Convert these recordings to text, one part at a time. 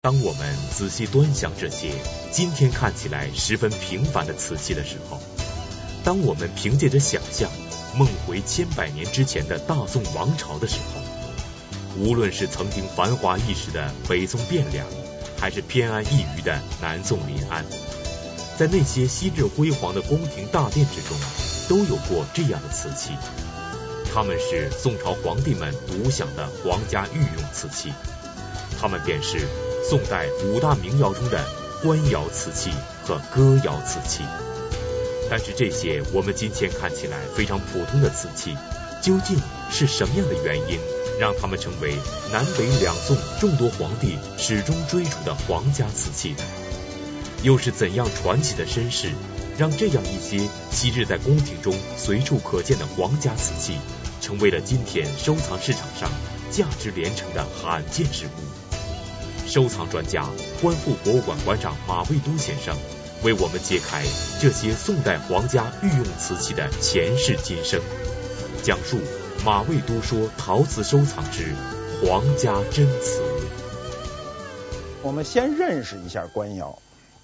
当我们仔细端详这些今天看起来十分平凡的瓷器的时候，当我们凭借着想象梦回千百年之前的大宋王朝的时候，无论是曾经繁华一时的北宋汴梁，还是偏安一隅的南宋临安，在那些昔日辉煌的宫廷大殿之中，都有过这样的瓷器。它们是宋朝皇帝们独享的皇家御用瓷器，它们便是宋代5大名窑中的官窑瓷器和歌窑瓷器。但是这些我们今天看起来非常普通的瓷器，究竟是什么样的原因让它们成为南北两宋众多皇帝始终追逐的皇家瓷器呢？又是怎样传奇的身世，让这样一些昔日在宫廷中随处可见的皇家瓷器，成为了今天收藏市场上价值连城的罕见之物？收藏专家、观复博物馆馆长马未都先生为我们揭开这些宋代皇家御用瓷器的前世今生，讲述马未都说陶瓷收藏之皇家珍瓷。 我们先认识一下官窑，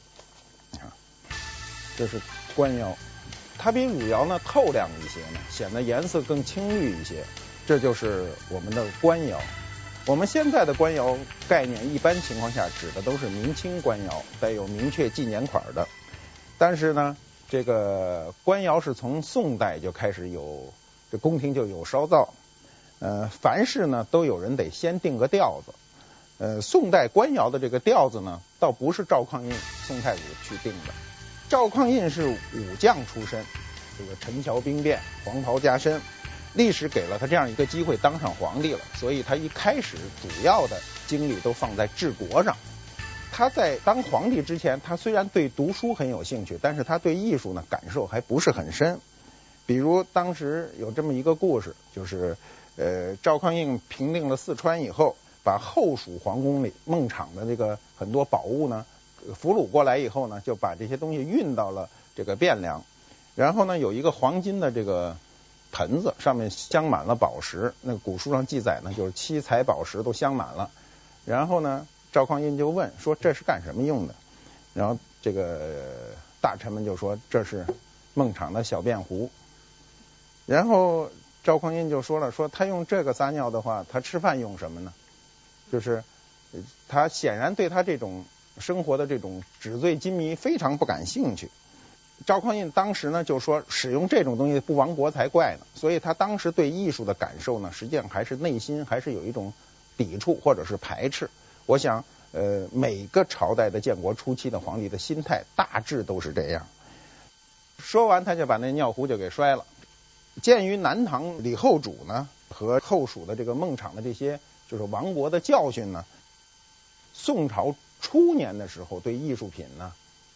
这是官窑，它比汝窑呢透亮一些呢，显得颜色更青绿一些，这就是我们的官窑。我们现在的官窑概念一般情况下指的都是明清官窑，带有明确纪年款的。但是呢，这个官窑是从宋代就开始有，这宫廷就有烧造。凡事呢都有人得先定个调子。宋代官窑的这个调子呢，倒不是赵匡胤宋太祖去定的。赵匡胤是武将出身，这个陈桥兵变，黄袍加身。历史给了他这样一个机会当上皇帝了，所以他一开始主要的精力都放在治国上。他在当皇帝之前，他虽然对读书很有兴趣，但是他对艺术呢感受还不是很深。比如当时有这么一个故事，就是赵匡胤平定了四川以后，把后蜀皇宫里孟昶的这个很多宝物呢俘虏过来以后呢，就把这些东西运到了这个汴梁。然后呢，有一个黄金的这个盆子，上面镶满了宝石，那个古书上记载呢，就是七彩宝石都镶满了。然后呢，赵匡胤就问说这是干什么用的？然后这个大臣们就说这是孟昶的小便壶。然后赵匡胤就说了，说他用这个撒尿的话，他吃饭用什么呢？就是他显然对他这种生活的这种纸醉金迷非常不感兴趣。赵匡胤当时呢就说使用这种东西不亡国才怪呢，所以他当时对艺术的感受呢，实际上还是内心还是有一种抵触或者是排斥。我想每个朝代的建国初期的皇帝的心态大致都是这样。说完他就把那尿壶就给摔了。鉴于南唐李后主呢和后蜀的这个孟昶的这些就是亡国的教训呢，宋朝初年的时候对艺术品呢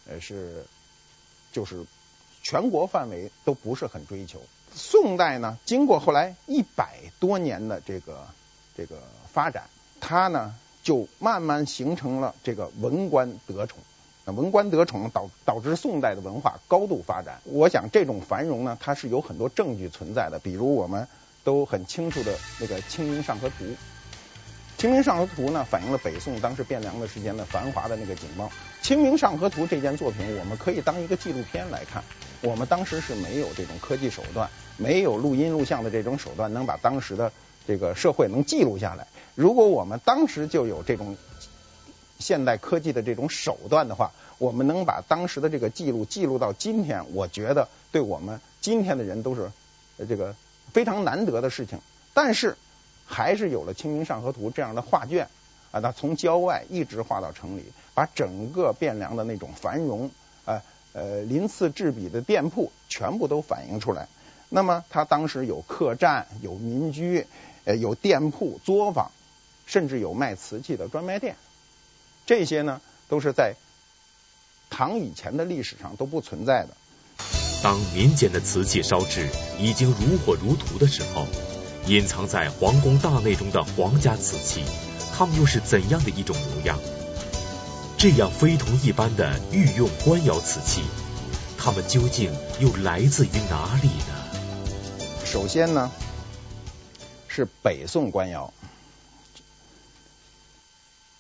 就是全国范围都不是很追求。宋代呢经过后来100多年的这个发展，它呢就慢慢形成了这个文官得宠。文官得宠导致宋代的文化高度发展。我想这种繁荣呢，它是有很多证据存在的，比如我们都很清楚的那个《清明上河图》。《清明上河图》呢，反映了北宋当时汴梁的时间的繁华的那个景貌。《清明上河图》这件作品，我们可以当一个纪录片来看。我们当时是没有这种科技手段，没有录音录像的这种手段，能把当时的这个社会能记录下来。如果我们当时就有这种现代科技的这种手段的话，我们能把当时的这个记录到今天，我觉得对我们今天的人都是这个非常难得的事情。但是还是有了《清明上河图》这样的画卷啊，它从郊外一直画到城里，把整个汴梁的那种繁荣鳞次栉比的店铺全部都反映出来。那么它当时有客栈，有民居，有店铺作坊，甚至有卖瓷器的专卖店。这些呢都是在唐以前的历史上都不存在的。 当民间的瓷器烧制已经如火如荼的时候，隐藏在皇宫大内中的皇家瓷器，它们又是怎样的一种模样？这样非同一般的御用官窑瓷器，它们究竟又来自于哪里呢？ 首先呢是北宋官窑。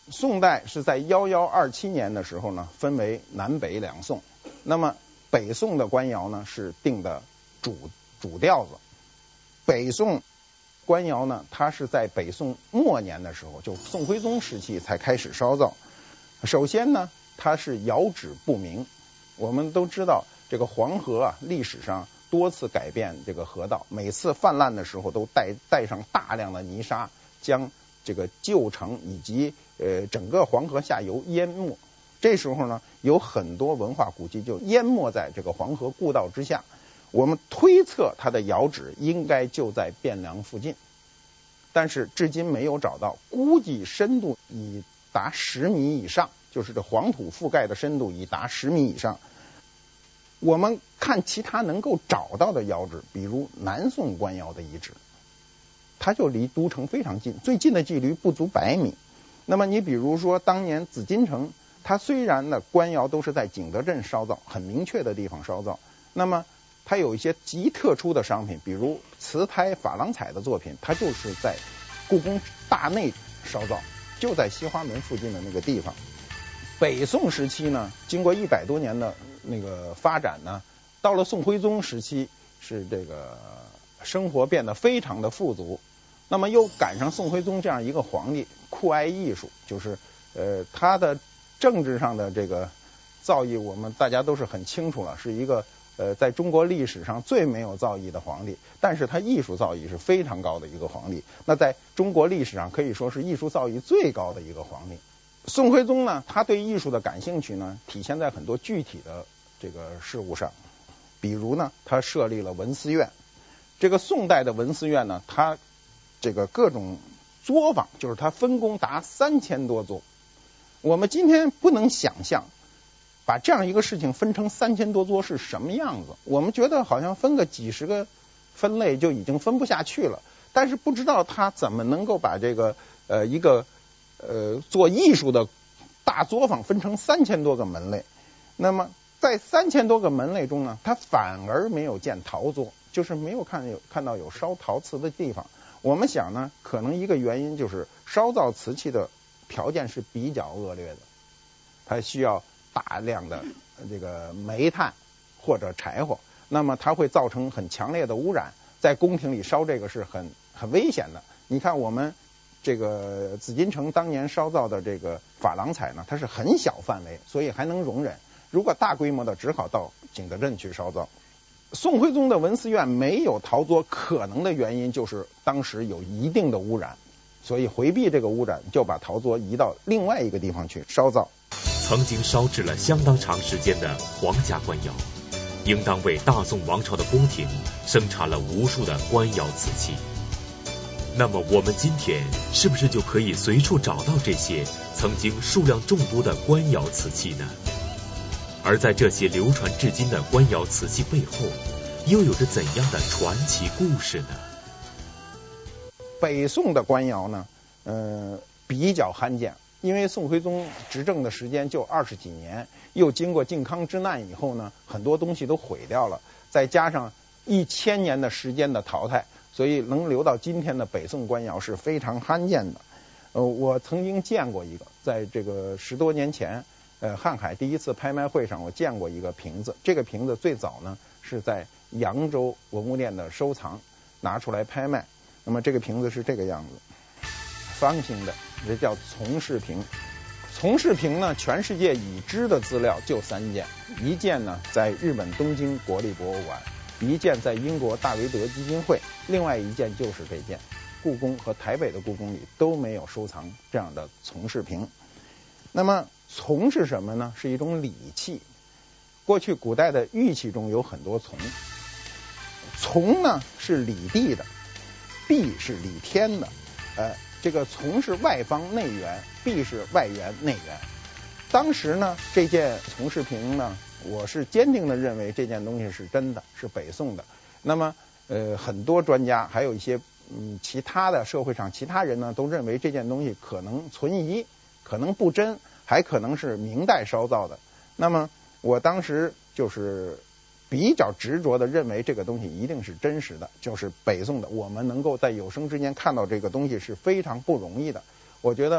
宋代是在1127年的时候呢，分为南北两宋。那么北宋的官窑呢是定的主调子。北宋官窑呢，它是在北宋末年的时候，就宋徽宗时期才开始烧造。首先呢，它是窑址不明。我们都知道，这个黄河啊，历史上多次改变这个河道，每次泛滥的时候都带上大量的泥沙，将这个旧城以及整个黄河下游淹没。这时候呢，有很多文化古迹就淹没在这个黄河故道之下。我们推测它的窑址应该就在汴梁附近，但是至今没有找到，估计深度已达10米以上，就是这黄土覆盖的深度已达10米以上。我们看其他能够找到的窑址，比如南宋官窑的遗址，它就离都城非常近，最近的距离不足100米。那么你比如说当年紫禁城，它虽然呢官窑都是在景德镇烧造，很明确的地方烧造，那么它有一些极特殊的商品，比如瓷胎珐琅彩的作品，它就是在故宫大内烧造，就在西华门附近的那个地方。北宋时期呢，经过100多年的那个发展呢，到了宋徽宗时期，是这个生活变得非常的富足。那么又赶上宋徽宗这样一个皇帝酷爱艺术，就是他的政治上的这个造诣，我们大家都是很清楚了，是一个在中国历史上最没有造诣的皇帝，但是他艺术造诣是非常高的一个皇帝。那在中国历史上可以说是艺术造诣最高的一个皇帝。宋徽宗呢，他对艺术的感兴趣呢，体现在很多具体的这个事物上。比如呢，他设立了文思院。这个宋代的文思院呢，它这个各种作坊，就是它分工达3000多作。我们今天不能想象把这样一个事情分成3000多作是什么样子。我们觉得好像分个几十个分类就已经分不下去了，但是不知道他怎么能够把这个一个做艺术的大作坊分成3000多个门类。那么在3000多个门类中呢，他反而没有见陶作，就是没有看到有烧陶瓷的地方。我们想呢，可能一个原因就是烧造瓷器的条件是比较恶劣的，它需要大量的这个煤炭或者柴火，那么它会造成很强烈的污染，在宫廷里烧这个是很危险的。你看我们这个紫禁城当年烧造的这个珐琅彩呢，它是很小范围，所以还能容忍。如果大规模的，只好到景德镇去烧造。宋徽宗的文思院没有陶作，可能的原因就是当时有一定的污染，所以回避这个污染，就把陶作移到另外一个地方去烧造。 曾经烧制了相当长时间的皇家官窑，应当为大宋王朝的宫廷生产了无数的官窑瓷器。那么我们今天是不是就可以随处找到这些曾经数量众多的官窑瓷器呢？而在这些流传至今的官窑瓷器背后，又有着怎样的传奇故事呢？ 北宋的官窑呢，比较罕见，因为宋徽宗执政的时间就20几年，又经过靖康之难以后呢，很多东西都毁掉了，再加上1000年的时间的淘汰，所以能留到今天的北宋官窑是非常罕见的。我曾经见过一个，在这个10多年前，瀚海第一次拍卖会上，我见过一个瓶子。这个瓶子最早呢是在扬州文物店的收藏拿出来拍卖。那么这个瓶子是这个样子，方形的，这叫从氏瓶。从氏瓶呢，全世界已知的资料就3件，一件呢在日本东京国立博物馆，一件在英国大维德基金会，另外一件就是这件。故宫和台北的故宫里都没有收藏这样的从氏瓶。那么从是什么呢？是一种礼器。过去古代的玉器中有很多从，从呢是礼地的，璧是礼天的。这个从是外方内圆，璧是外圆内圆。当时呢，这件从氏瓶呢，我是坚定的认为这件东西是真的，是北宋的。那么很多专家还有一些其他的社会上其他人呢，都认为这件东西可能存疑，可能不真，还可能是明代烧造的。那么我当时就是比较执着的认为这个东西一定是真实的，就是北宋的。我们能够在有生之年看到这个东西是非常不容易的。我觉得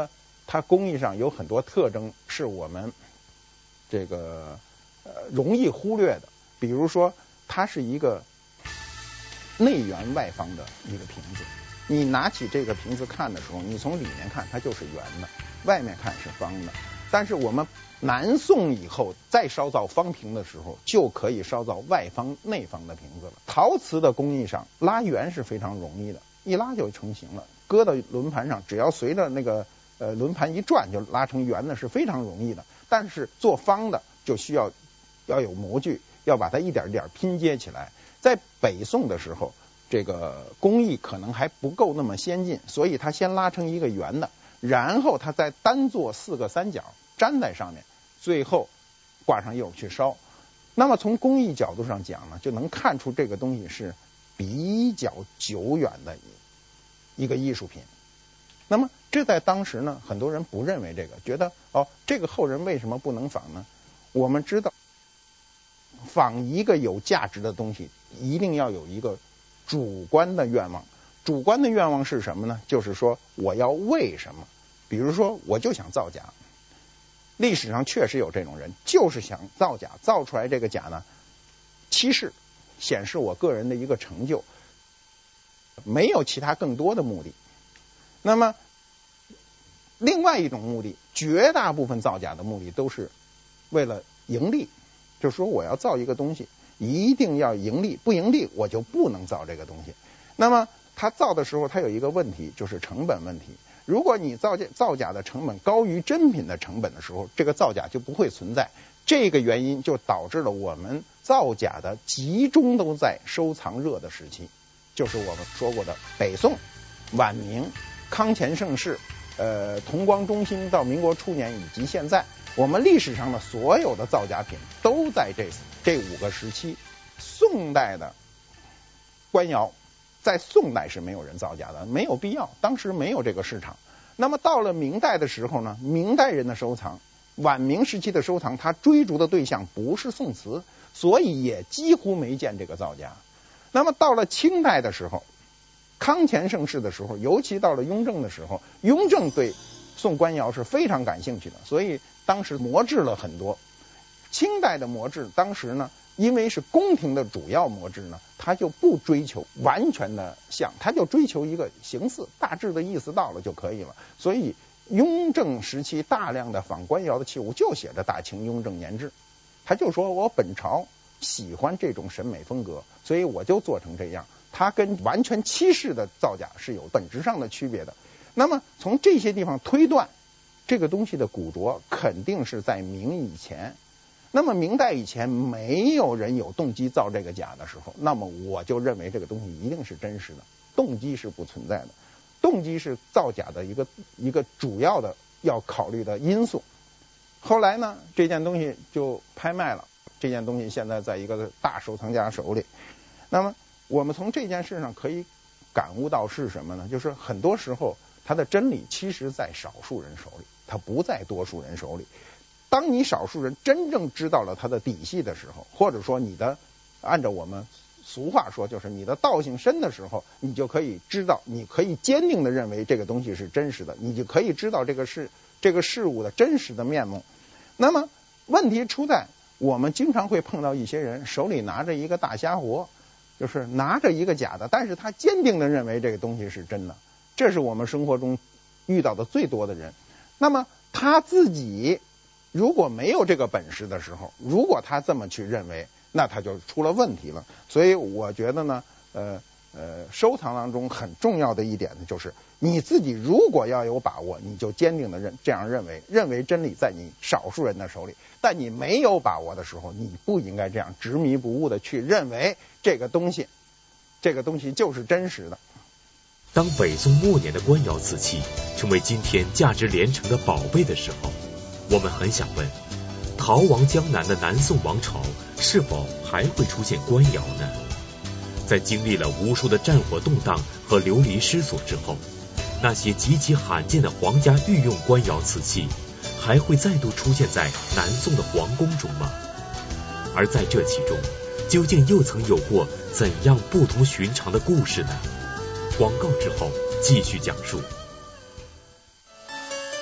它工艺上有很多特征是我们这个容易忽略的，比如说它是一个内圆外方的一个瓶子，你拿起这个瓶子看的时候，你从里面看它就是圆的，外面看是方的。但是我们南宋以后再烧造方瓶的时候，就可以烧造外方内方的瓶子了。陶瓷的工艺上拉圆是非常容易的，一拉就成型了，搁到轮盘上，只要随着那个轮盘一转就拉成圆的，是非常容易的。但是做方的就需要有模具，要把它一点一点拼接起来。在北宋的时候，这个工艺可能还不够那么先进，所以它先拉成一个圆的，然后它再单做4个三角粘在上面，最后挂上釉去烧。那么从工艺角度上讲呢，就能看出这个东西是比较久远的一个艺术品。那么这在当时呢，很多人不认为这个，觉得这个后人为什么不能仿呢？我们知道，仿一个有价值的东西，一定要有一个主观的愿望。主观的愿望是什么呢？就是说我要为什么？比如说我就想造假，历史上确实有这种人，就是想造假，造出来这个假呢，欺世，显示我个人的一个成就，没有其他更多的目的。那么另外一种目的，绝大部分造假的目的都是为了盈利，就是说我要造一个东西一定要盈利，不盈利我就不能造这个东西。那么他造的时候，他有一个问题，就是成本问题。如果你造假的成本高于真品的成本的时候，这个造假就不会存在。这个原因就导致了我们造假的集中都在收藏热的时期，就是我们说过的北宋、晚明、康乾盛世、同光中兴到民国初年以及现在，我们历史上的所有的造假品都在这5个时期。宋代的官窑在宋代是没有人造假的，没有必要，当时没有这个市场。那么到了明代的时候呢，明代人的收藏，晚明时期的收藏，他追逐的对象不是宋瓷，所以也几乎没见这个造假。那么到了清代的时候，康乾盛世的时候，尤其到了雍正的时候，雍正对宋官窑是非常感兴趣的，所以当时模制了很多。清代的模制当时呢，因为是宫廷的主要模制呢，他就不追求完全的像，他就追求一个形似，大致的意思到了就可以了。所以雍正时期大量的仿官窑的器物就写着大清雍正年制，他就说我本朝喜欢这种审美风格，所以我就做成这样。它跟完全欺世的造假是有本质上的区别的。那么从这些地方推断，这个东西的古着肯定是在明以前。那么明代以前没有人有动机造这个假的时候，那么我就认为这个东西一定是真实的，动机是不存在的。动机是造假的一个主要的要考虑的因素。后来呢，这件东西就拍卖了，这件东西现在在一个大收藏家手里。那么我们从这件事上可以感悟到是什么呢？就是很多时候它的真理其实在少数人手里，它不在多数人手里。当你少数人真正知道了它的底细的时候，或者说你的按照我们俗话说，就是你的道行深的时候，你就可以知道，你可以坚定的认为这个东西是真实的，你就可以知道这个事物的真实的面目。那么问题出在我们经常会碰到一些人手里拿着一个大瞎活，就是拿着一个假的，但是他坚定的认为这个东西是真的，这是我们生活中遇到的最多的人。那么他自己如果没有这个本事的时候，如果他这么去认为，那他就出了问题了。所以我觉得呢，收藏当中很重要的一点呢，就是你自己如果要有把握，你就坚定的这样认为真理在你少数人的手里。但你没有把握的时候，你不应该这样执迷不悟的去认为这个东西就是真实的。 当北宋末年的官窑瓷器成为今天价值连城的宝贝的时候，我们很想问，逃亡江南的南宋王朝是否还会出现官窑呢？在经历了无数的战火动荡和流离失所之后，那些极其罕见的皇家御用官窑瓷器还会再度出现在南宋的皇宫中吗？而在这其中，究竟又曾有过怎样不同寻常的故事呢？广告之后继续讲述。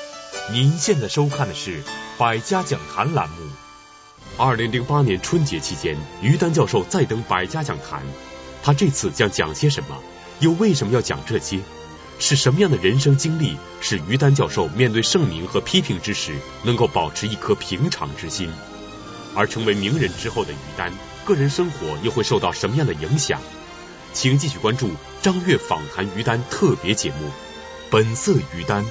您现在收看的是百家讲坛栏目。2008年春节期间，于丹教授再登百家讲坛，他这次将讲些什么？又为什么要讲这些？是什么样的人生经历使于丹教授面对盛名和批评之时能够保持一颗平常之心？而成为名人之后的于丹，个人生活又会受到什么样的影响？请继续关注张悦访谈于丹特别节目，本色于丹。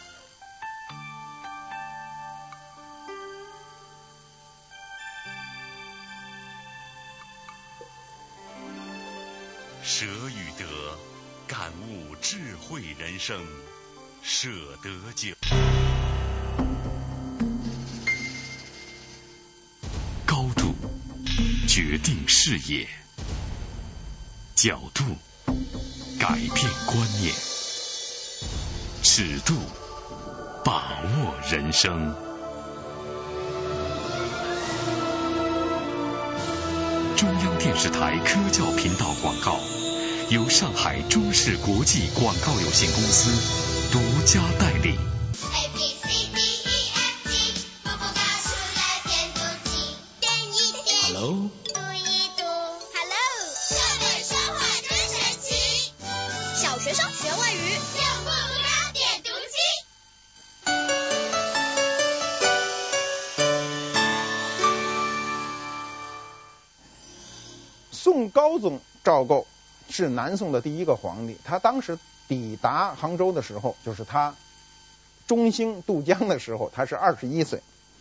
舍与得，感悟智慧人生，舍得酒。高度决定视野，角度改变观念，尺度把握人生。中央电视台科教频道广告由上海中视国际广告有限公司独家代理。Hello。 小学生学外语，就不要点读机。 宋高宗赵构是南宋的第一个皇帝，他当时抵达杭州的时候，就是他中兴渡江的时候，他是21岁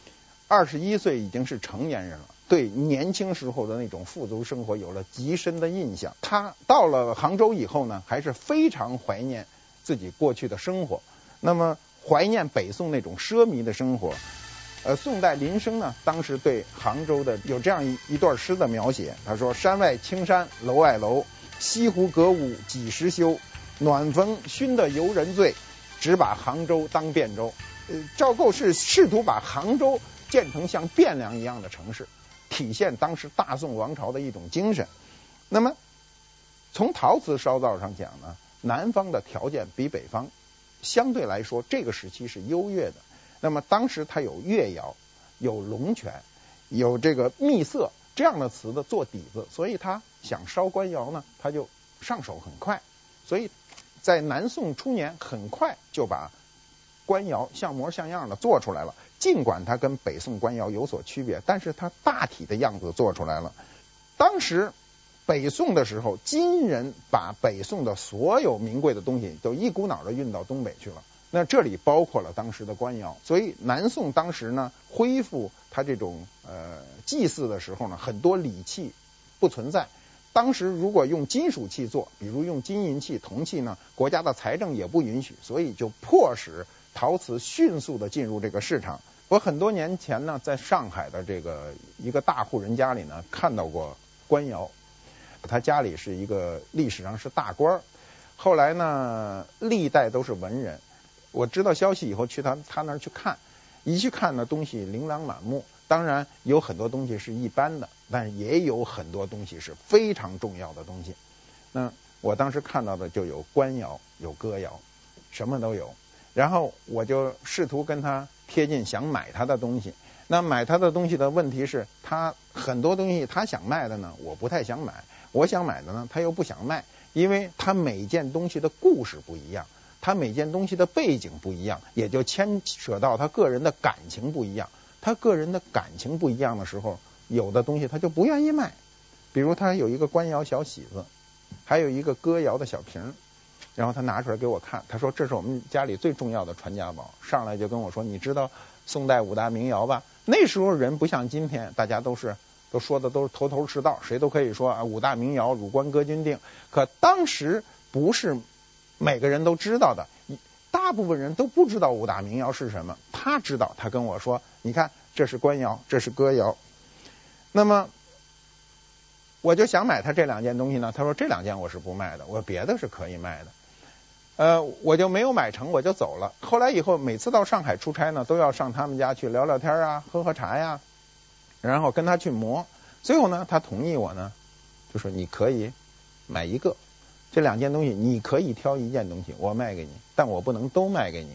，21岁已经是成年人了，对年轻时候的那种富足生活有了极深的印象。他到了杭州以后呢，还是非常怀念自己过去的生活，那么怀念北宋那种奢靡的生活。宋代林升呢，当时对杭州的有这样一段诗的描写，他说：山外青山楼外楼，西湖歌舞几时休？暖风熏得游人醉，只把杭州当汴州。赵构是试图把杭州建成像汴梁一样的城市，体现当时大宋王朝的一种精神。那么从陶瓷烧造上讲呢，南方的条件比北方相对来说这个时期是优越的。那么当时它有越窑，有龙泉，有这个秘色这样的瓷的做底子，所以他想烧官窑呢，他就上手很快。所以在南宋初年很快就把官窑像模像样的做出来了，尽管它跟北宋官窑有所区别，但是它大体的样子做出来了。当时北宋的时候，金人把北宋的所有名贵的东西都一股脑的运到东北去了，那这里包括了当时的官窑。所以南宋当时呢，恢复它这种祭祀的时候呢，很多礼器不存在。当时如果用金属器做，比如用金银器、铜器呢，国家的财政也不允许，所以就迫使陶瓷迅速的进入这个市场。我很多年前呢，在上海的这个一个大户人家里呢，看到过官窑。他家里是一个历史上是大官，后来呢历代都是文人。我知道消息以后去他那儿去看，一去看呢，东西琳琅满目，当然有很多东西是一般的，但是也有很多东西是非常重要的东西。那我当时看到的就有官窑，有歌窑，什么都有。然后我就试图跟他贴近，想买他的东西。那买他的东西的问题是，他很多东西他想卖的呢，我不太想买；我想买的呢，他又不想卖，因为他每件东西的故事不一样，他每件东西的背景不一样，也就牵扯到他个人的感情不一样。他个人的感情不一样的时候，有的东西他就不愿意卖。比如他有一个官窑小喜子，还有一个歌窑的小瓶，然后他拿出来给我看，他说这是我们家里最重要的传家宝。上来就跟我说，你知道宋代5大名窑吧？那时候人不像今天，大家都说的都是头头是道，谁都可以说啊5大名窑，汝官歌君定。可当时不是每个人都知道的，大部分人都不知道5大名窑是什么。他知道，他跟我说，你看这是官窑，这是歌窑。那么我就想买他这2件东西呢，他说这2件我是不卖的，我别的是可以卖的。我就没有买成，我就走了。后来以后每次到上海出差呢，都要上他们家去聊聊天啊，喝喝茶呀，然后跟他去磨。最后呢，他同意我呢，就说你可以买一个，这2件东西你可以挑1件东西我卖给你，但我不能都卖给你。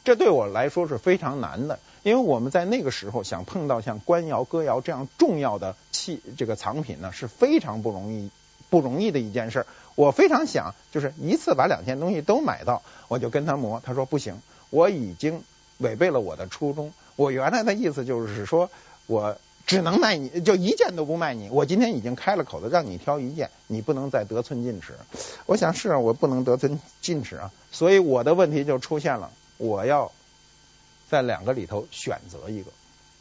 这对我来说是非常难的，因为我们在那个时候想碰到像官窑、歌窑这样重要的这个藏品呢，是非常不容易的一件事。我非常想就是一次把2件东西都买到，我就跟他磨，他说不行，我已经违背了我的初衷。我原来的意思就是说我只能卖你，就1件都不卖你。我今天已经开了口子，让你挑1件，你不能再得寸进尺。我想是啊，我不能得寸进尺啊，所以我的问题就出现了，我要在2个里头选择一个。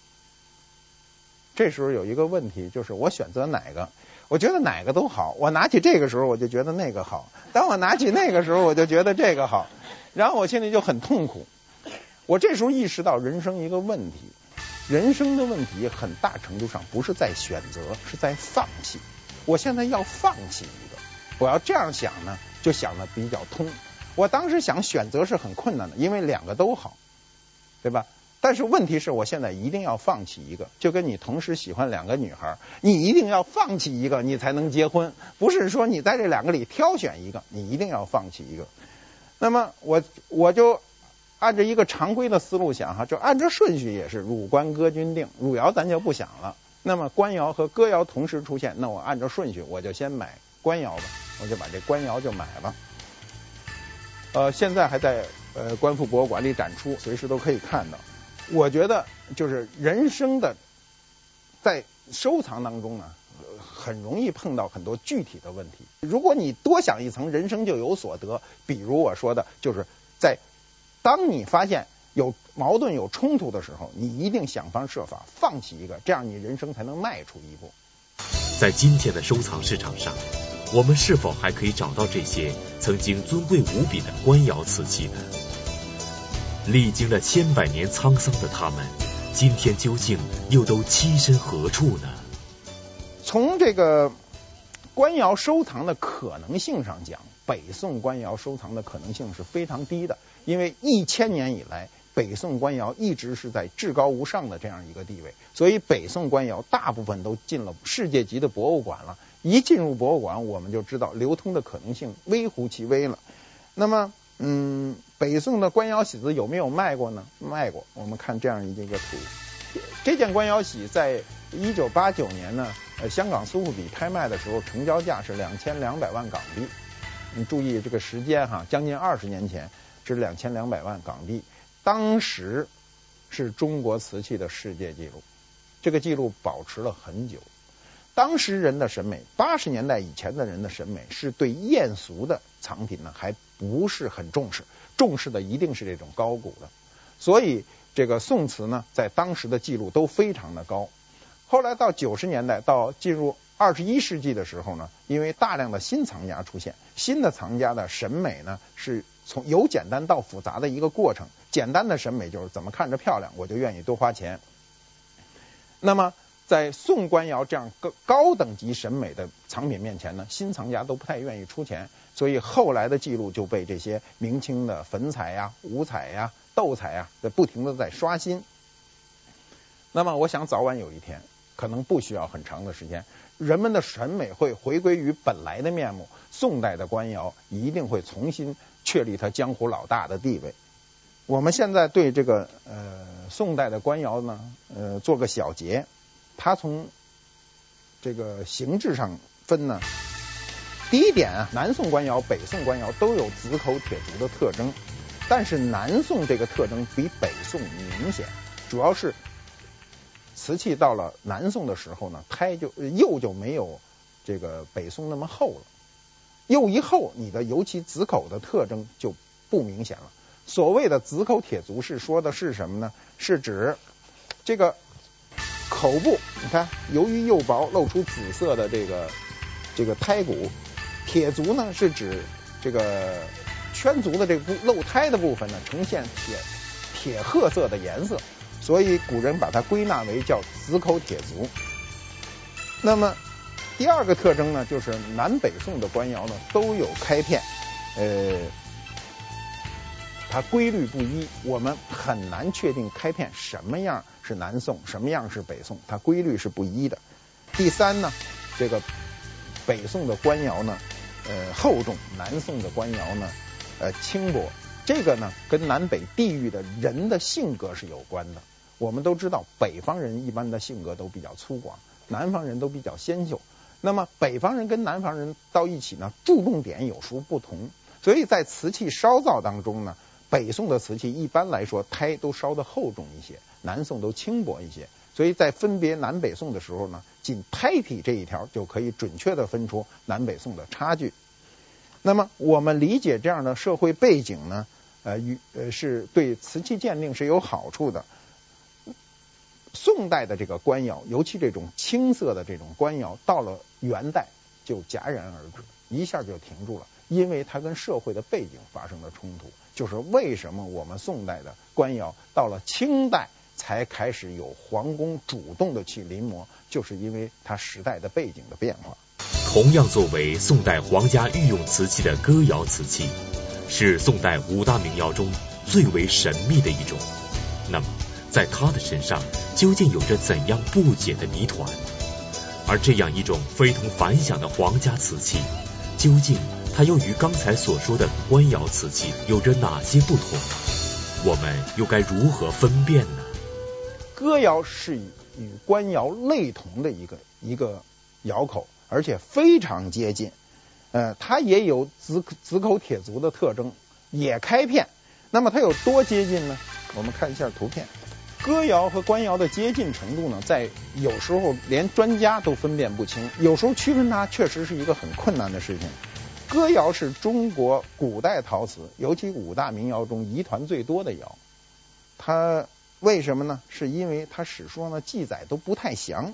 这时候有一个问题，就是我选择哪个？我觉得哪个都好，我拿起这个时候我就觉得那个好，当我拿起那个时候我就觉得这个好，然后我心里就很痛苦。我这时候意识到人生一个问题，人生的问题很大程度上不是在选择，是在放弃。我现在要放弃一个，我要这样想呢，就想得比较通。我当时想选择是很困难的，因为2个都好，对吧？但是问题是我现在一定要放弃一个，就跟你同时喜欢2个女孩，你一定要放弃一个你才能结婚，不是说你在这2个里挑选一个，你一定要放弃一个。那么我就按照一个常规的思路想哈，就按照顺序也是汝官歌均定，汝窑咱就不想了。那么官窑和歌窑同时出现，那我按照顺序我就先买官窑吧，我就把这官窑就买了。现在还在官复博物馆里展出，随时都可以看到。我觉得就是人生的在收藏当中呢，很容易碰到很多具体的问题。如果你多想一层，人生就有所得。比如我说的，就是在当你发现有矛盾、有冲突的时候，你一定想方设法放弃一个，这样你人生才能迈出一步。 在今天的收藏市场上，我们是否还可以找到这些曾经尊贵无比的官窑瓷器呢？历经了千百年沧桑的他们，今天究竟又都栖身何处呢？ 从这个官窑收藏的可能性上讲，北宋官窑收藏的可能性是非常低的，因为1000年以来，北宋官窑一直是在至高无上的这样一个地位，所以北宋官窑大部分都进了世界级的博物馆了。一进入博物馆，我们就知道流通的可能性微乎其微了。那么北宋的官窑喜子有没有卖过呢？卖过。我们看这样一个图，这件官窑喜在1989年呢，香港苏富比拍卖的时候，成交价是2200万港币。你注意这个时间哈，将近20年前，是2200万港币。当时是中国瓷器的世界纪录，这个纪录保持了很久。当时人的审美，80年代以前的人的审美是对艳俗的藏品呢，还不是很重视，重视的一定是这种高古的。所以这个宋瓷呢，在当时的记录都非常的高。后来到90年代，到进入21世纪的时候呢，因为大量的新藏家出现，新的藏家的审美呢，是从由简单到复杂的一个过程。简单的审美就是怎么看着漂亮，我就愿意多花钱。那么在宋官窑这样高等级审美的藏品面前呢，新藏家都不太愿意出钱，所以后来的记录就被这些明清的粉彩呀、五彩呀、斗彩呀不停的在刷新。那么我想早晚有一天，可能不需要很长的时间，人们的审美会回归于本来的面目，宋代的官窑一定会重新确立它江湖老大的地位。我们现在对这个宋代的官窑呢做个小结，它从这个形制上分呢，第一点啊，南宋官窑、北宋官窑都有紫口铁足的特征，但是南宋这个特征比北宋明显，主要是瓷器到了南宋的时候呢，釉就没有这个北宋那么厚了，釉一厚，你的尤其紫口的特征就不明显了。所谓的紫口铁足是说的是什么呢？是指这个口部，你看由于釉薄露出紫色的这个胎骨，铁足呢是指这个圈足的这个露胎的部分呢呈现铁褐色的颜色，所以古人把它归纳为叫紫口铁足。那么第二个特征呢，就是南北宋的官窑呢都有开片，它规律不一，我们很难确定开片什么样是南宋，什么样是北宋，它规律是不一的。第三呢，这个北宋的官窑呢厚重，南宋的官窑呢轻薄， 这个呢跟南北地域的人的性格是有关的。我们都知道北方人一般的性格都比较粗犷，南方人都比较纤秀。那么北方人跟南方人到一起呢，注重点有时不同，所以在瓷器烧造当中呢，北宋的瓷器一般来说胎都烧得厚重一些，南宋都轻薄一些。所以在分别南北宋的时候呢，仅胎体这一条就可以准确地分出南北宋的差距。那么我们理解这样的社会背景呢，是对瓷器鉴定是有好处的。宋代的这个官窑，尤其这种青色的这种官窑，到了元代就戛然而止，一下就停住了，因为它跟社会的背景发生了冲突。就是为什么我们宋代的官窑到了清代才开始有皇宫主动的去临摹，就是因为它时代的背景的变化。 同样作为宋代皇家御用瓷器的歌窑瓷器，是宋代5大名窑中最为神秘的一种。那么在它的身上究竟有着怎样不解的谜团？而这样一种非同凡响的皇家瓷器，究竟它又与刚才所说的官窑瓷器有着哪些不同？我们又该如何分辨呢？ 歌窑是与官窑类同的一个窑口，而且非常接近。它也有紫口铁足的特征，也开片。那么它有多接近呢？我们看一下图片。歌窑和官窑的接近程度呢，在有时候连专家都分辨不清，有时候区分它确实是一个很困难的事情。歌窑是中国古代陶瓷，尤其5大名窑中遗团最多的窑。它为什么呢？是因为它史书上的记载都不太详。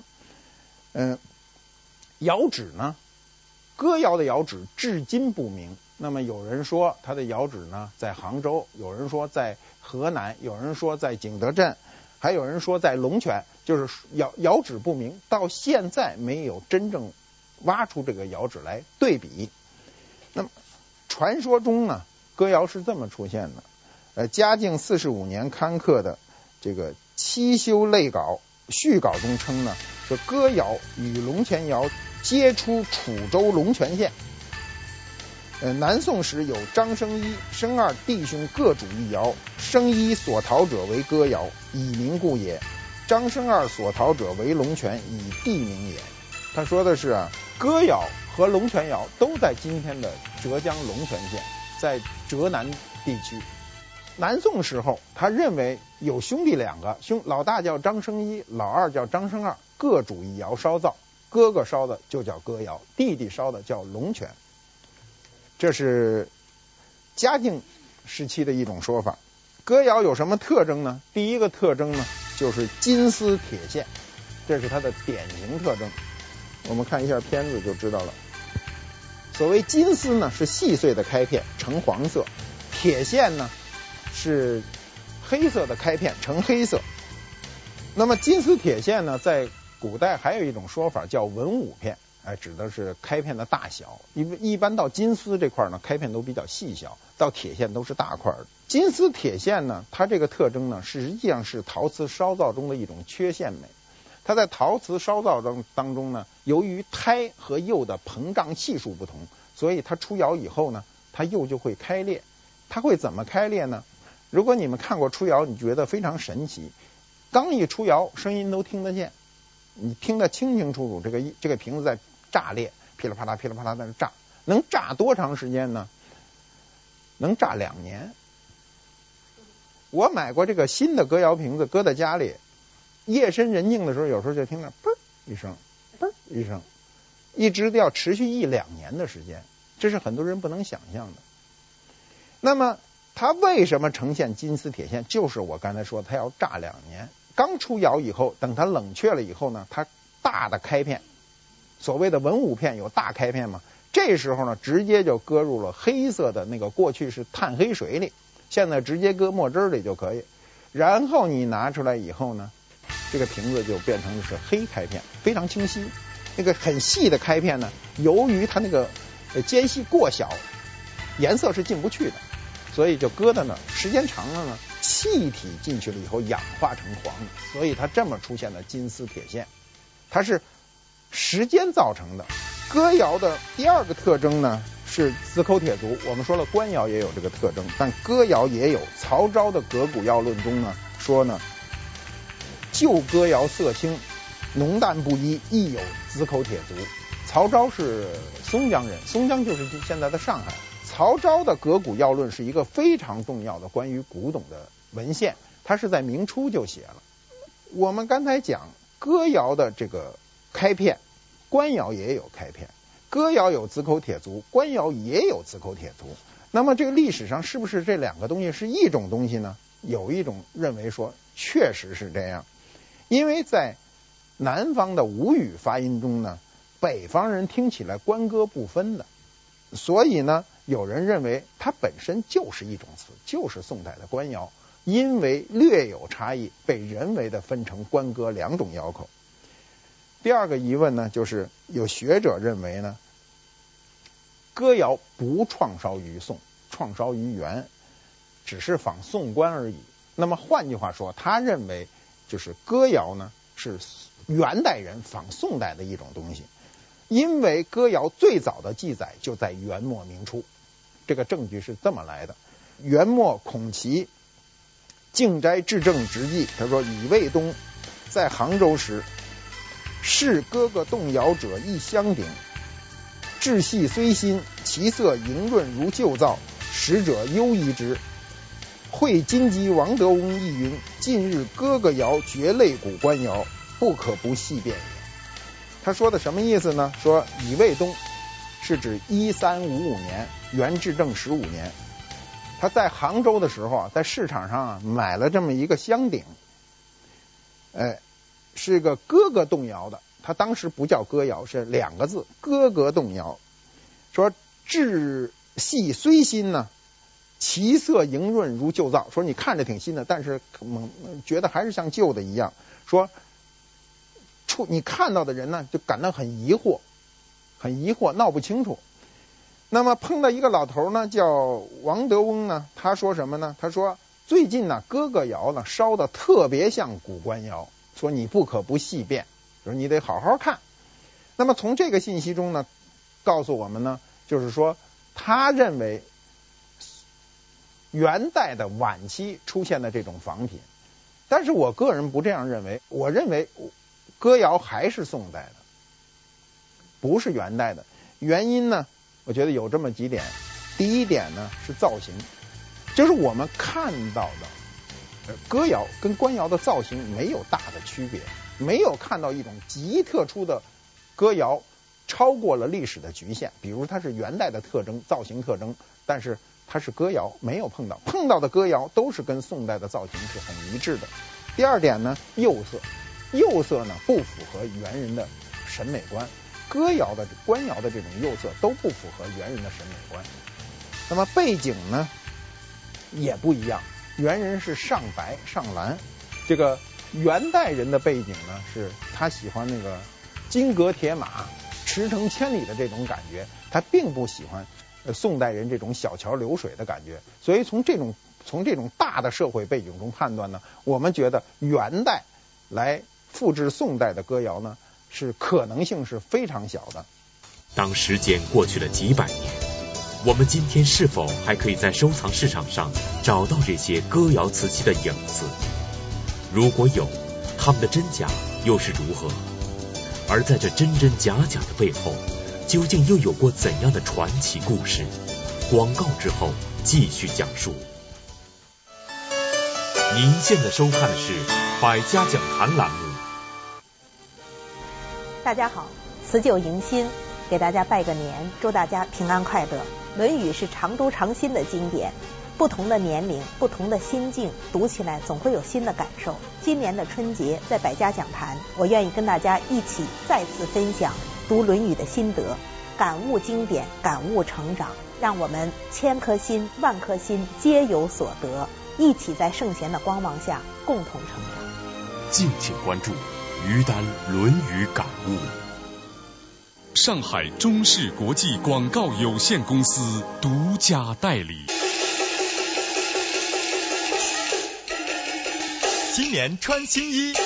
窑址呢，歌窑的窑址至今不明。那么有人说它的窑址呢在杭州，有人说在河南，有人说在景德镇，还有人说在龙泉，就是窑址不明，到现在没有真正挖出这个窑址来对比。那么传说中呢，歌窑是这么出现的。嘉靖45年刊刻的这个七修类稿序稿中称呢，说歌窑与龙泉窑皆出楚州龙泉县。南宋时有张生一、生二弟兄各主一窑，生一所陶者为歌窑，以名故也；张生二所陶者为龙泉，以地名也。他说的是歌窑和龙泉窑都在今天的浙江龙泉县，在浙南地区。南宋时候，他认为有兄弟2个，老大叫张生一，老二叫张生二，各主一窑烧造，哥哥烧的就叫歌窑，弟弟烧的叫龙泉。这是嘉靖时期的一种说法。歌窑有什么特征呢？第一个特征呢，就是金丝铁线，这是它的典型特征。我们看一下片子就知道了。所谓金丝呢，是细碎的开片，呈黄色；铁线呢，是黑色的开片，呈黑色。那么金丝铁线呢，在古代还有一种说法叫文武片，指的是开片的大小。一般到金丝这块呢，开片都比较细小，到铁线都是大块的。金丝铁线呢，它这个特征呢，实际上是陶瓷烧造中的一种缺陷美。它在陶瓷烧造当中呢，由于胎和釉的膨胀系数不同，所以它出窑以后呢，它釉就会开裂。它会怎么开裂呢？如果你们看过出窑，你觉得非常神奇。刚一出窑，声音都听得见，你听得清清楚楚，这个瓶子在炸裂，噼里啪啦噼里啪啦在那炸。能炸多长时间呢？能炸2年。我买过这个新的歌窑瓶子，搁在家里，夜深人静的时候，有时候就听着嘣一声，嘣一声，一直要持续1-2年的时间，这是很多人不能想象的。那么它为什么呈现金丝铁线？就是我刚才说，它要炸2年。刚出窑以后，等它冷却了以后呢，它大的开片，所谓的文武片有大开片嘛，这时候呢，直接就搁入了黑色的那个过去是炭黑水里，现在直接搁墨汁里就可以。然后你拿出来以后呢，这个瓶子就变成是黑开片，非常清晰。那个很细的开片呢，由于它那个间隙过小，颜色是进不去的，所以就搁在那，时间长了呢，气体进去了以后氧化成黄，所以它这么出现了金丝铁线，它是时间造成的。歌窑的第二个特征呢， 是子口铁足。我们说了官窑也有这个特征，但歌窑也有。曹昭的《革古要论》中呢说呢，旧歌窑色青，浓淡不一，亦有子口铁足。曹昭是松江人，松江就是现在的上海。曹昭的《革古要论》是一个非常重要的关于古董的文献，它是在明初就写了。我们刚才讲歌窑的这个开片，官窑也有开片，歌窑有子口铁足，官窑也有子口铁足。那么这个历史上是不是这两个东西是一种东西呢？有一种认为说确实是这样，因为在南方的吴语发音中呢，北方人听起来官歌不分的，所以呢有人认为它本身就是一种词，就是宋代的官窑，因为略有差异被人为的分成官歌两种窑口。第二个疑问呢，就是有学者认为呢，歌窑不创烧于宋，创烧于元，只是仿宋官而已。那么换句话说，他认为就是歌窑呢是元代人仿宋代的一种东西，因为歌窑最早的记载就在元末明初，这个证据是这么来的。元末孔祺靖斋至正直记，他说以卫东在杭州时，是哥哥动窑者亦相鼎，质细虽新，其色莹润如旧造，使者优宜之。会金鸡王德翁亦云：近日哥哥窑绝类古官窑，不可不细辨也。他说的什么意思呢？说以卫东是指1355年，元至正15年，他在杭州的时候在市场上买了这么一个香鼎，是个哥哥动窑的，他当时不叫歌窑，是两个字，哥哥动窑。说质细虽新呢，其色莹润如旧造，说你看着挺新的，但是觉得还是像旧的一样。说你看到的人呢就感到很疑惑，闹不清楚。那么碰到一个老头呢，叫王德翁呢，他说什么呢？他说最近呢哥哥窑呢烧的特别像古官窑，说你不可不细辨，说你得好好看。那么从这个信息中呢，告诉我们呢，就是说他认为元代的晚期出现的这种仿品，但是我个人不这样认为，我认为歌窑还是宋代的，不是元代的。原因呢，我觉得有这么几点。第一点呢是造型，就是我们看到的歌窑跟官窑的造型没有大的区别，没有看到一种极特殊的歌窑超过了历史的局限，比如它是元代的特征，造型特征，但是它是歌窑，没有碰到的歌窑都是跟宋代的造型是很一致的。第二点呢，釉色呢不符合元人的审美观，歌窑的官窑的这种釉色都不符合元人的审美观。那么背景呢也不一样，元人是上白上蓝，这个元代人的背景呢是他喜欢那个金戈铁马驰骋千里的这种感觉，他并不喜欢宋代人这种小桥流水的感觉。所以从这种大的社会背景中判断呢，我们觉得元代来复制宋代的歌谣呢，是可能性是非常小的。 当时间过去了几百年，我们今天是否还可以在收藏市场上找到这些歌谣瓷器的影子？如果有，它们的真假又是如何？而在这真真假假的背后，究竟又有过怎样的传奇故事？广告之后继续讲述。您现在收看的是百家讲坛栏目。 大家好，辞旧迎新，给大家拜个年，祝大家平安快乐。《论语》是常读常新的经典，不同的年龄、不同的心境，读起来总会有新的感受。今年的春节，在百家讲坛，我愿意跟大家一起再次分享读《论语》的心得，感悟经典，感悟成长，让我们千颗心、万颗心皆有所得，一起在圣贤的光芒下共同成长。 敬请关注于丹《论语》感悟。上海中视国际广告有限公司独家代理。 新年穿新衣，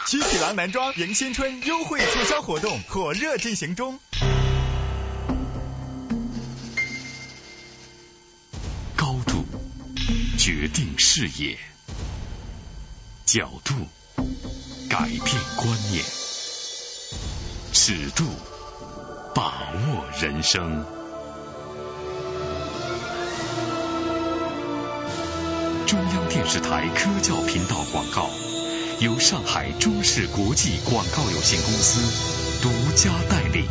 曲体廊男装迎新春优惠促销活动火热进行中。 高度决定视野，角度改变观念，尺度把握人生。中央电视台科教频道广告由上海中视国际广告有限公司独家代理。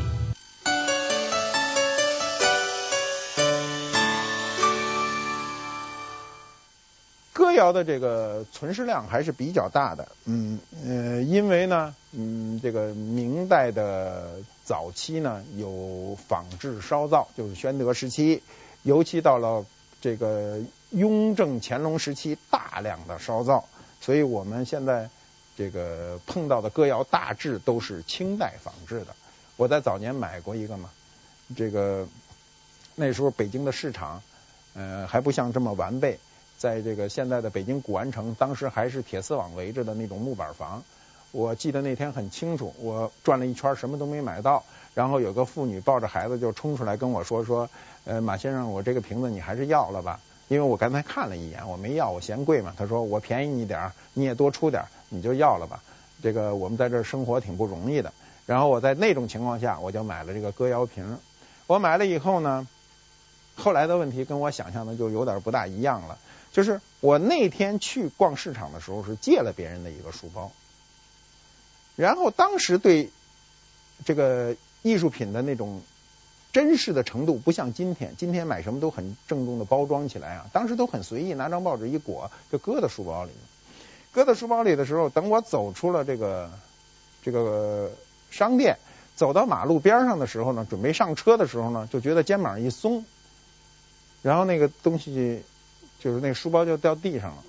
歌谣的这个存世量还是比较大的，因为呢，这个明代的早期呢有仿制烧造，就是宣德时期，尤其到了这个雍正乾隆时期大量的烧造，所以我们现在这个碰到的歌谣大致都是清代仿制的。我在早年买过一个嘛，这个那时候北京的市场还不像这么完备，在这个现在的北京古玩城，当时还是铁丝网围着的那种木板房。我记得那天很清楚，我转了一圈什么都没买到，然后有个妇女抱着孩子就冲出来跟我说马先生，我这个瓶子你还是要了吧，因为我刚才看了一眼，我没要，我嫌贵嘛。他说我便宜你点，你也多出点，你就要了吧，这个我们在这生活挺不容易的。然后我在那种情况下我就买了这个歌谣瓶。我买了以后呢，后来的问题跟我想象的就有点不大一样了，就是我那天去逛市场的时候是借了别人的一个书包，然后当时对这个艺术品的那种珍视的程度不像今天买什么都很郑重的包装起来啊，当时都很随意，拿张报纸一裹就搁到书包里。搁到书包里的时候，等我走出了这个商店，走到马路边上的时候呢，准备上车的时候呢，就觉得肩膀一松，然后那个东西就是那个书包就掉地上了。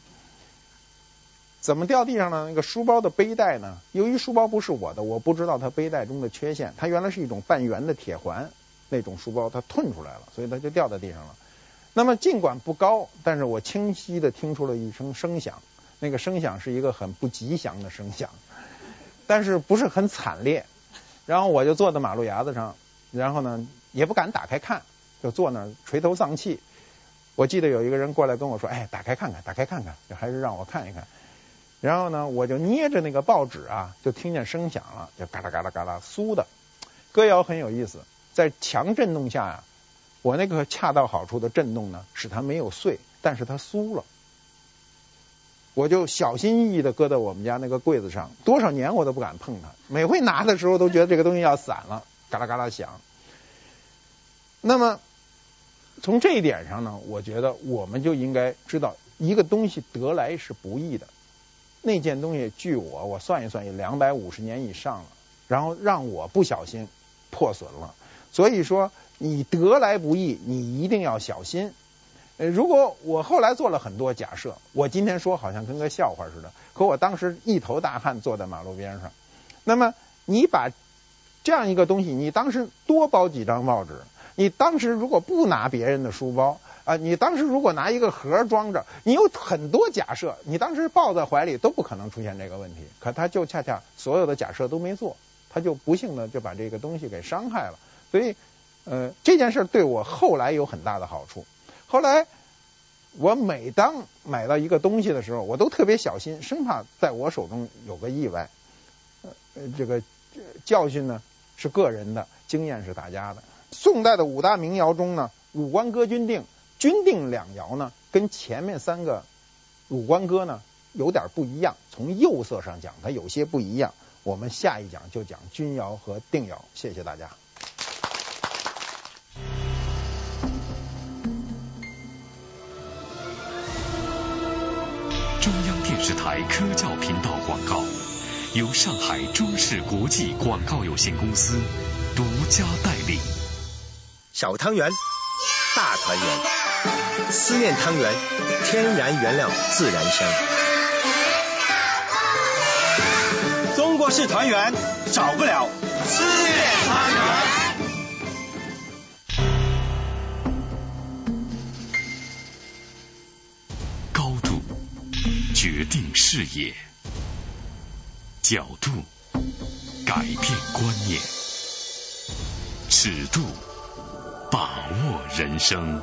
怎么掉地上呢？那个书包的背带呢，由于书包不是我的，我不知道它背带中的缺陷，它原来是一种半圆的铁环，那种书包它褪出来了，所以它就掉在地上了。那么尽管不高，但是我清晰的听出了一声声响，那个声响是一个很不吉祥的声响，但是不是很惨烈。然后我就坐在马路牙子上，然后呢也不敢打开看，就坐那儿垂头丧气。我记得有一个人过来跟我说，哎，打开看看，打开看看，就还是让我看一看。然后呢，我就捏着那个报纸啊，就听见声响了，就嘎啦嘎啦嘎啦酥的。歌谣很有意思，在强震动下啊，我那个恰到好处的震动呢，使它没有碎，但是它酥了。我就小心翼翼的搁在我们家那个柜子上，多少年我都不敢碰它，每回拿的时候都觉得这个东西要散了，嘎啦嘎啦响。那么从这一点上呢，我觉得我们就应该知道，一个东西得来是不易的。那件东西据我算一算也250年以上了，然后让我不小心破损了。所以说你得来不易，你一定要小心。如果我后来做了很多假设，我今天说好像跟个笑话似的，可我当时一头大汗坐在马路边上。那么你把这样一个东西，你当时多包几张报纸，你当时如果不拿别人的书包啊，你当时如果拿一个盒装着，你有很多假设，你当时抱在怀里都不可能出现这个问题。可他就恰恰所有的假设都没做，他就不幸的就把这个东西给伤害了。所以这件事对我后来有很大的好处。后来我每当买到一个东西的时候，我都特别小心，生怕在我手中有个意外。这个教训呢是个人的，经验是大家的。宋代的5大名谣中呢，鲁关歌君定2谣呢，跟前面3个鲁关歌呢有点不一样，从釉色上讲它有些不一样。我们下一讲就讲君谣和定谣。谢谢大家。 中央电视台科教频道广告由上海中视国际广告有限公司独家代理。 小汤圆，大团圆，思念汤圆，天然原料自然香。 中国式团圆少不了思念汤圆。 高度决定视野， 角度，改变观念，尺度，把握人生。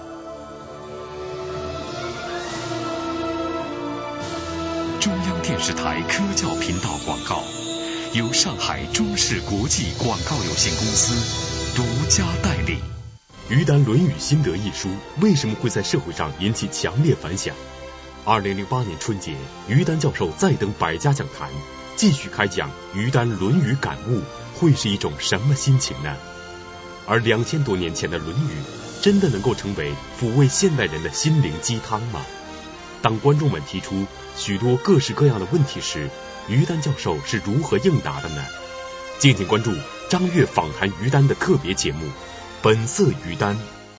中央电视台科教频道广告，由上海中视国际广告有限公司独家代理。 于丹《论语心得》一书为什么会在社会上引起强烈反响？2008年春节，于丹教授再登百家讲坛，继续开讲于丹《论语感悟》，会是一种什么心情呢？而2000多年前的《论语》，真的能够成为抚慰现代人的心灵鸡汤吗？当观众们提出许多各式各样的问题时，于丹教授是如何应答的呢？敬请关注张悦访谈于丹的特别节目《本色于丹》